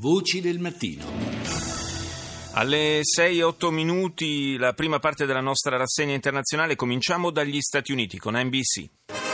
Voci del mattino. Alle 6:08 la prima parte della nostra rassegna internazionale. Cominciamo dagli Stati Uniti con NBC.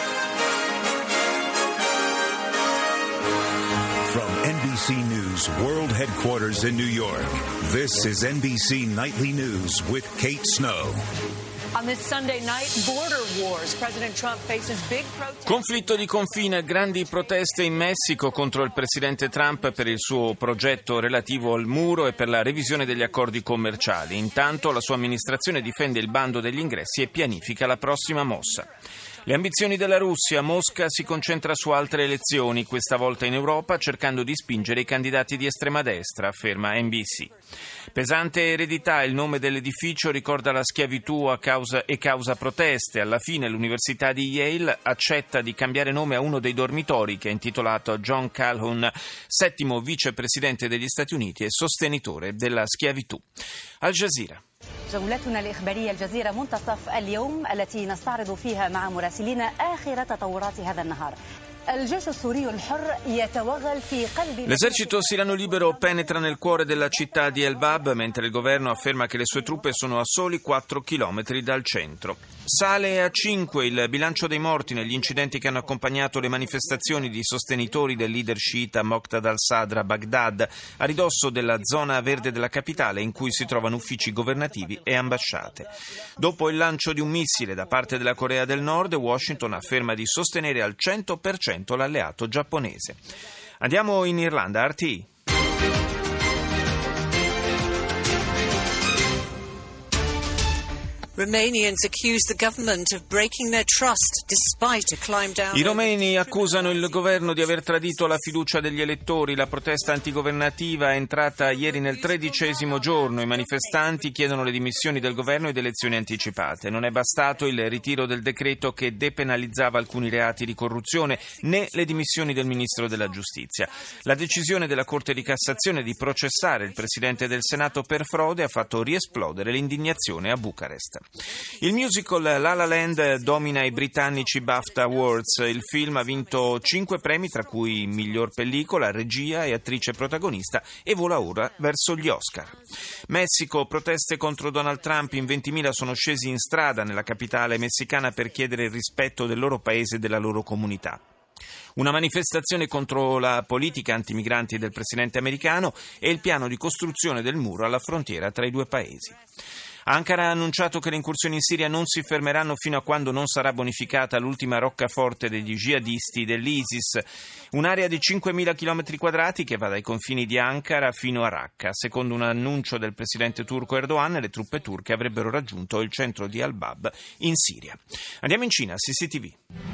From NBC News World Headquarters in New York, this is NBC Nightly News with Kate Snow. On this Sunday night, border wars. President Trump faces big protests. Conflitto di confine, grandi proteste in Messico contro il presidente Trump per il suo progetto relativo al muro e per la revisione degli accordi commerciali. Intanto la sua amministrazione difende il bando degli ingressi e pianifica la prossima mossa. Le ambizioni della Russia. Mosca si concentra su altre elezioni, questa volta in Europa, cercando di spingere i candidati di estrema destra, afferma NBC. Pesante eredità, il nome dell'edificio ricorda la schiavitù causa proteste. Alla fine l'Università di Yale accetta di cambiare nome a uno dei dormitori, che è intitolato a John Calhoun, settimo vicepresidente degli Stati Uniti e sostenitore della schiavitù. Al Jazeera. جولتنا الإخبارية الجزيرة منتصف اليوم التي نستعرض فيها مع مراسلينا آخر تطورات هذا النهار. L'esercito siriano libero penetra nel cuore della città di El-Bab, mentre il governo afferma che le sue truppe sono a soli 4 chilometri dal centro. Sale a 5 il bilancio dei morti negli incidenti che hanno accompagnato le manifestazioni di sostenitori del leader sciita Moqtada al-Sadr a Baghdad, a ridosso della zona verde della capitale, in cui si trovano uffici governativi e ambasciate. Dopo il lancio di un missile da parte della Corea del Nord, Washington afferma di sostenere al 100% l'alleato giapponese. Andiamo in Irlanda, RTI. I romeni accusano il governo di aver tradito la fiducia degli elettori. La protesta antigovernativa è entrata ieri nel 13° giorno. I manifestanti chiedono le dimissioni del governo ed elezioni anticipate. Non è bastato il ritiro del decreto che depenalizzava alcuni reati di corruzione, né le dimissioni del ministro della giustizia. La decisione della Corte di Cassazione di processare il presidente del Senato per frode ha fatto riesplodere l'indignazione a Bucarest. Il musical La La Land domina i britannici BAFTA Awards. Il film ha vinto 5 premi, tra cui miglior pellicola, regia e attrice protagonista, e vola ora verso gli Oscar. Messico, proteste contro Donald Trump. In 20.000 sono scesi in strada nella capitale messicana per chiedere il rispetto del loro paese e della loro comunità. Una manifestazione contro la politica antimigranti del presidente americano e il piano di costruzione del muro alla frontiera tra i due paesi. Ankara ha annunciato che le incursioni in Siria non si fermeranno fino a quando non sarà bonificata l'ultima roccaforte degli jihadisti dell'ISIS, un'area di 5.000 km² che va dai confini di Ankara fino a Raqqa. Secondo un annuncio del presidente turco Erdogan, le truppe turche avrebbero raggiunto il centro di Al-Bab in Siria. Andiamo in Cina, CCTV.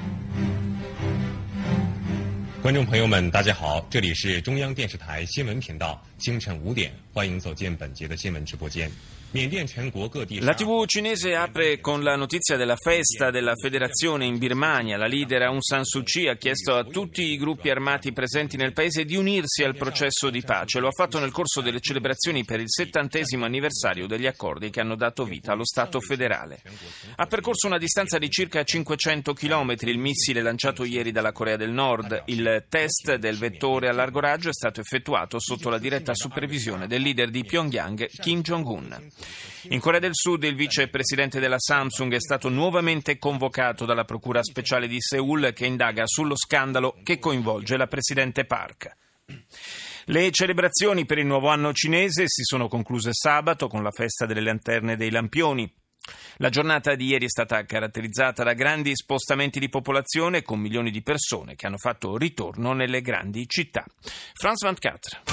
观众朋友们，大家好，这里是中央电视台新闻频道，清晨5点，欢迎走进本节的新闻直播间。 La TV cinese apre con la notizia della festa della federazione in Birmania. La leader Aung San Suu Kyi ha chiesto a tutti i gruppi armati presenti nel paese di unirsi al processo di pace. Lo ha fatto nel corso delle celebrazioni per il 70° anniversario degli accordi che hanno dato vita allo Stato federale. Ha percorso una distanza di circa 500 chilometri il missile lanciato ieri dalla Corea del Nord. Il test del vettore a largo raggio è stato effettuato sotto la diretta supervisione del leader di Pyongyang, Kim Jong-un. In Corea del Sud il vicepresidente della Samsung è stato nuovamente convocato dalla Procura Speciale di Seul, che indaga sullo scandalo che coinvolge la presidente Park. Le celebrazioni per il nuovo anno cinese si sono concluse sabato con la festa delle lanterne dei lampioni. La giornata di ieri è stata caratterizzata da grandi spostamenti di popolazione, con milioni di persone che hanno fatto ritorno nelle grandi città. France 24.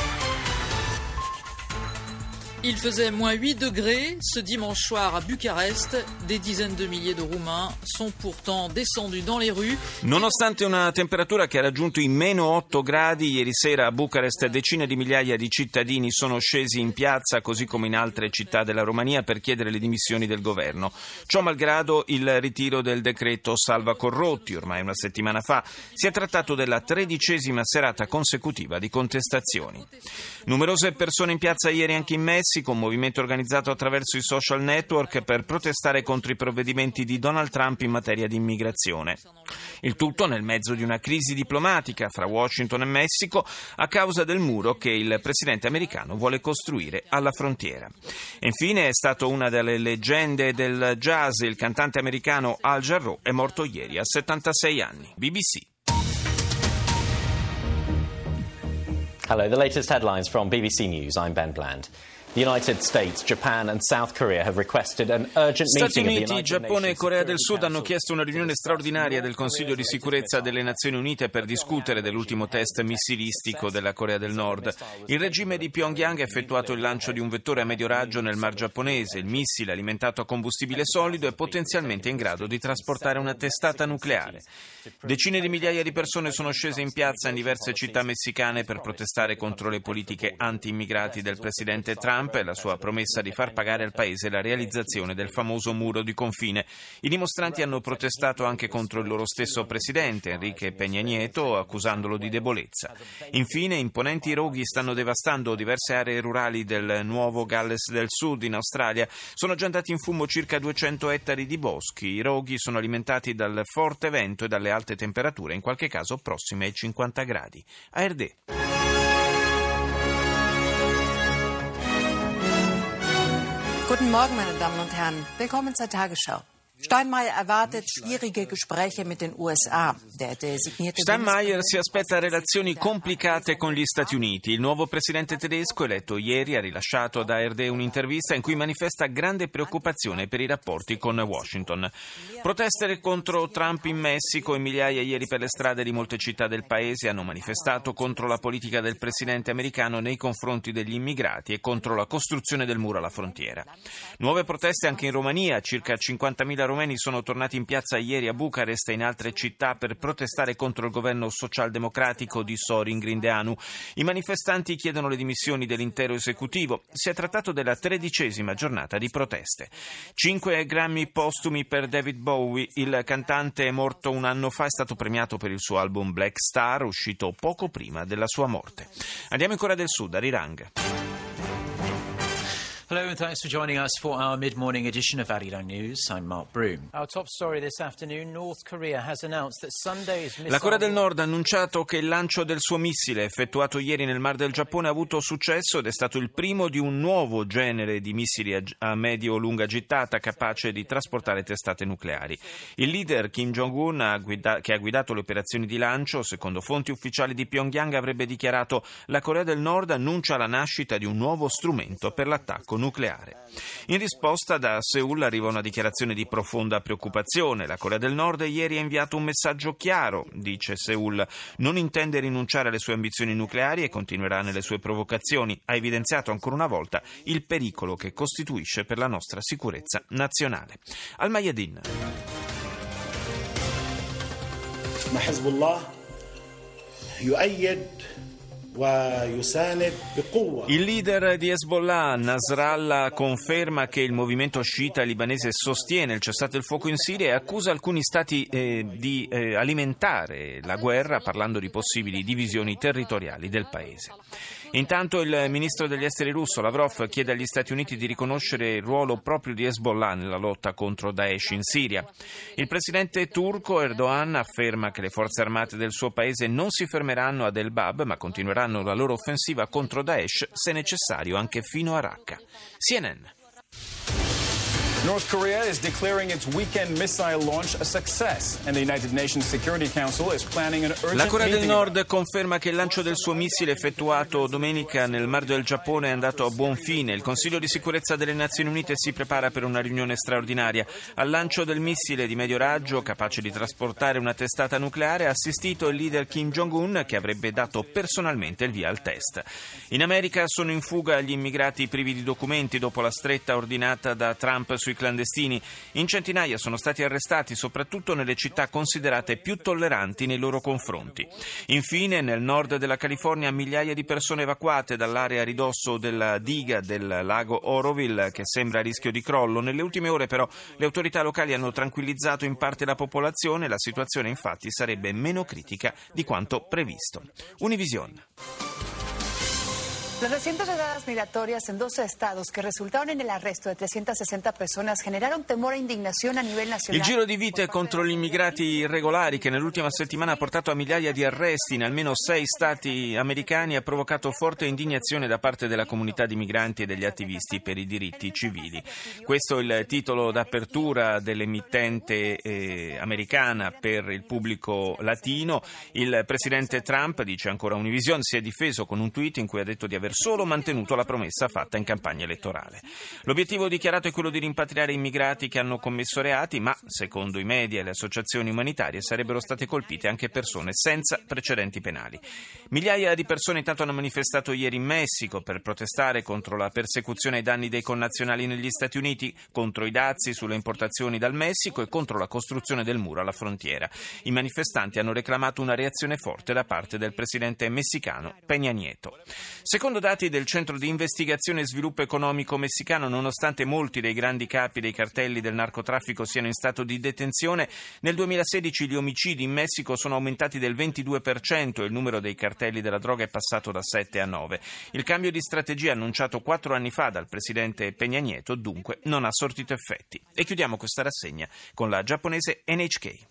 Il faisait moins 8 degrés ce dimanche soir à Bucarest. Des dizaines de milliers de Roumains sont pourtant descendus dans les rues. Nonostante una temperatura che ha raggiunto i meno 8 gradi, ieri sera a Bucarest decine di migliaia di cittadini sono scesi in piazza, così come in altre città della Romania, per chiedere le dimissioni del governo. Ciò malgrado il ritiro del decreto salva corrotti, ormai una settimana fa. Si è trattato della 13ª serata consecutiva di contestazioni. Numerose persone in piazza ieri anche in Messico. Messico, un movimento organizzato attraverso i social network per protestare contro i provvedimenti di Donald Trump in materia di immigrazione. Il tutto nel mezzo di una crisi diplomatica fra Washington e Messico a causa del muro che il presidente americano vuole costruire alla frontiera. E infine è stato una delle leggende del jazz, il cantante americano Al Jarreau è morto ieri a 76 anni. BBC. Hello, the latest headlines from BBC News. I'm Ben Bland. The United States, Japan and South Korea have requested an urgent Stati meeting Uniti, of the United Giappone e Nations Corea del Security Sud hanno Council. chiesto una riunione straordinaria del Consiglio di sicurezza delle Nazioni Unite per discutere dell'ultimo test missilistico della Corea del Nord. Il regime di Pyongyang ha effettuato il lancio di un vettore a medio raggio nel Mar Giapponese. Il missile, alimentato a combustibile solido, è potenzialmente in grado di trasportare una testata nucleare. Decine di migliaia di persone sono scese in piazza in diverse città messicane per protestare contro le politiche anti-immigrati del presidente Trump e la sua promessa di far pagare al paese la realizzazione del famoso muro di confine. I dimostranti hanno protestato anche contro il loro stesso presidente, Enrique Peña Nieto, accusandolo di debolezza. Infine, imponenti roghi stanno devastando diverse aree rurali del Nuovo Galles del Sud, in Australia. Sono già andati in fumo circa 200 ettari di boschi. I roghi sono alimentati dal forte vento e dalle alte temperature, in qualche caso prossime ai 50 gradi. ARD. Guten Morgen, meine Damen und Herren. Willkommen zur Tagesschau. Steinmeier erwartet schwierige Gespräche mit den USA. Der designierte Steinmeier si aspetta relazioni complicate con gli Stati Uniti. Il nuovo presidente tedesco, eletto ieri, ha rilasciato ad ARD un'intervista in cui manifesta grande preoccupazione per i rapporti con Washington. Proteste contro Trump in Messico e migliaia ieri per le strade di molte città del paese hanno manifestato contro la politica del presidente americano nei confronti degli immigrati e contro la costruzione del muro alla frontiera. Nuove proteste anche in Romania, circa 50.000 romeni sono tornati in piazza ieri a Bucarest e in altre città per protestare contro il governo socialdemocratico di Sorin Grindeanu. I manifestanti chiedono le dimissioni dell'intero esecutivo. Si è trattato della 13ª giornata di proteste. 5 Grammy postumi per David Bowie. Il cantante morto un anno fa è stato premiato per il suo album Black Star, uscito poco prima della sua morte. Andiamo in Corea del Sud, a Rirang. Hello and thanks for joining us for our mid-morning edition of Arirang News. I'm Mark Broom. Our top story this afternoon, North Korea has announced that Sunday's missile... La Corea del Nord ha annunciato che il lancio del suo missile effettuato ieri nel Mar del Giappone ha avuto successo ed è stato il primo di un nuovo genere di missili a medio-lunga gittata capace di trasportare testate nucleari. Il leader Kim Jong-un, che ha guidato le operazioni di lancio, secondo fonti ufficiali di Pyongyang, avrebbe dichiarato: la Corea del Nord annuncia la nascita di un nuovo strumento per l'attacco nucleare. In risposta da Seul arriva una dichiarazione di profonda preoccupazione. La Corea del Nord ieri ha inviato un messaggio chiaro, dice Seul: non intende rinunciare alle sue ambizioni nucleari e continuerà nelle sue provocazioni. Ha evidenziato ancora una volta il pericolo che costituisce per la nostra sicurezza nazionale. Al-Mayadin. Hezbollah يؤيد Il leader di Hezbollah, Nasrallah, conferma che il movimento sciita libanese sostiene il cessate il fuoco in Siria e accusa alcuni stati di alimentare la guerra, parlando di possibili divisioni territoriali del paese. Intanto il ministro degli esteri russo, Lavrov, chiede agli Stati Uniti di riconoscere il ruolo proprio di Hezbollah nella lotta contro Daesh in Siria. Il presidente turco Erdogan afferma che le forze armate del suo paese non si fermeranno ad El-Bab, ma continueranno la loro offensiva contro Daesh, se necessario anche fino a Raqqa. CNN. North Korea is declaring its weekend missile launch a success, and the United Nations Security Council is planning an urgent La Corea del meeting. Nord conferma che il lancio del suo missile effettuato domenica nel Mar del Giappone è andato a buon fine. Il Consiglio di sicurezza delle Nazioni Unite si prepara per una riunione straordinaria. Al lancio del missile di medio raggio, capace di trasportare una testata nucleare, ha assistito il leader Kim Jong-un, che avrebbe dato personalmente il via al test. In America sono in fuga gli immigrati privi di documenti dopo la stretta ordinata da Trump sui clandestini. In centinaia sono stati arrestati, soprattutto nelle città considerate più tolleranti nei loro confronti. Infine, nel nord della California, migliaia di persone evacuate dall'area a ridosso della diga del lago Oroville, che sembra a rischio di crollo. Nelle ultime ore, però, le autorità locali hanno tranquillizzato in parte la popolazione. La situazione, infatti, sarebbe meno critica di quanto previsto. Univision. Las recientes redadas migratorias en 12 estados que resultaron en el arresto de 360 personas generaron temor e indignación a nivel nazionale. Il giro di vite contro gli immigrati irregolari che nell'ultima settimana ha portato a migliaia di arresti in almeno 6 stati americani ha provocato forte indignazione da parte della comunità di migranti e degli attivisti per i diritti civili. Questo è il titolo d'apertura dell'emittente americana per il pubblico latino. Il presidente Trump, dice ancora Univision, si è difeso con un tweet in cui ha detto di aver solo mantenuto la promessa fatta in campagna elettorale. L'obiettivo dichiarato è quello di rimpatriare immigrati che hanno commesso reati, ma secondo i media e le associazioni umanitarie sarebbero state colpite anche persone senza precedenti penali. Migliaia di persone intanto hanno manifestato ieri in Messico per protestare contro la persecuzione ai danni dei connazionali negli Stati Uniti, contro i dazi sulle importazioni dal Messico e contro la costruzione del muro alla frontiera. I manifestanti hanno reclamato una reazione forte da parte del presidente messicano Peña Nieto. Secondo dati del Centro di Investigazione e Sviluppo Economico messicano, nonostante molti dei grandi capi dei cartelli del narcotraffico siano in stato di detenzione, nel 2016 gli omicidi in Messico sono aumentati del 22% e il numero dei cartelli della droga è passato da 7 a 9. Il cambio di strategia annunciato 4 anni fa dal presidente Peña Nieto dunque non ha sortito effetti. E chiudiamo questa rassegna con la giapponese NHK.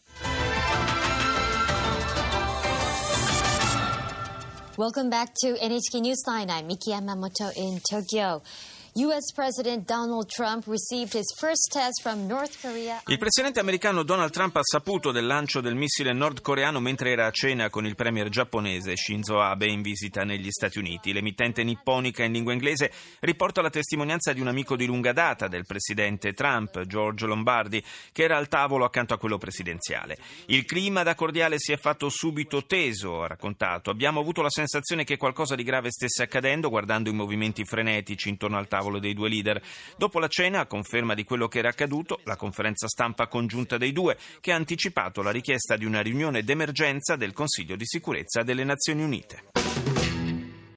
Welcome back to NHK Newsline. I'm Miki Yamamoto in Tokyo. U.S. President Donald Trump received his first test from North Korea. Il presidente americano Donald Trump ha saputo del lancio del missile nordcoreano mentre era a cena con il premier giapponese Shinzo Abe in visita negli Stati Uniti. L'emittente nipponica in lingua inglese riporta la testimonianza di un amico di lunga data del presidente Trump, George Lombardi, che era al tavolo accanto a quello presidenziale. Il clima da cordiale si è fatto subito teso, ha raccontato. Abbiamo avuto la sensazione che qualcosa di grave stesse accadendo guardando i movimenti frenetici intorno al tavolo dei due leader. Dopo la cena, a conferma di quello che era accaduto, la conferenza stampa congiunta dei due, che ha anticipato la richiesta di una riunione d'emergenza del Consiglio di sicurezza delle Nazioni Unite.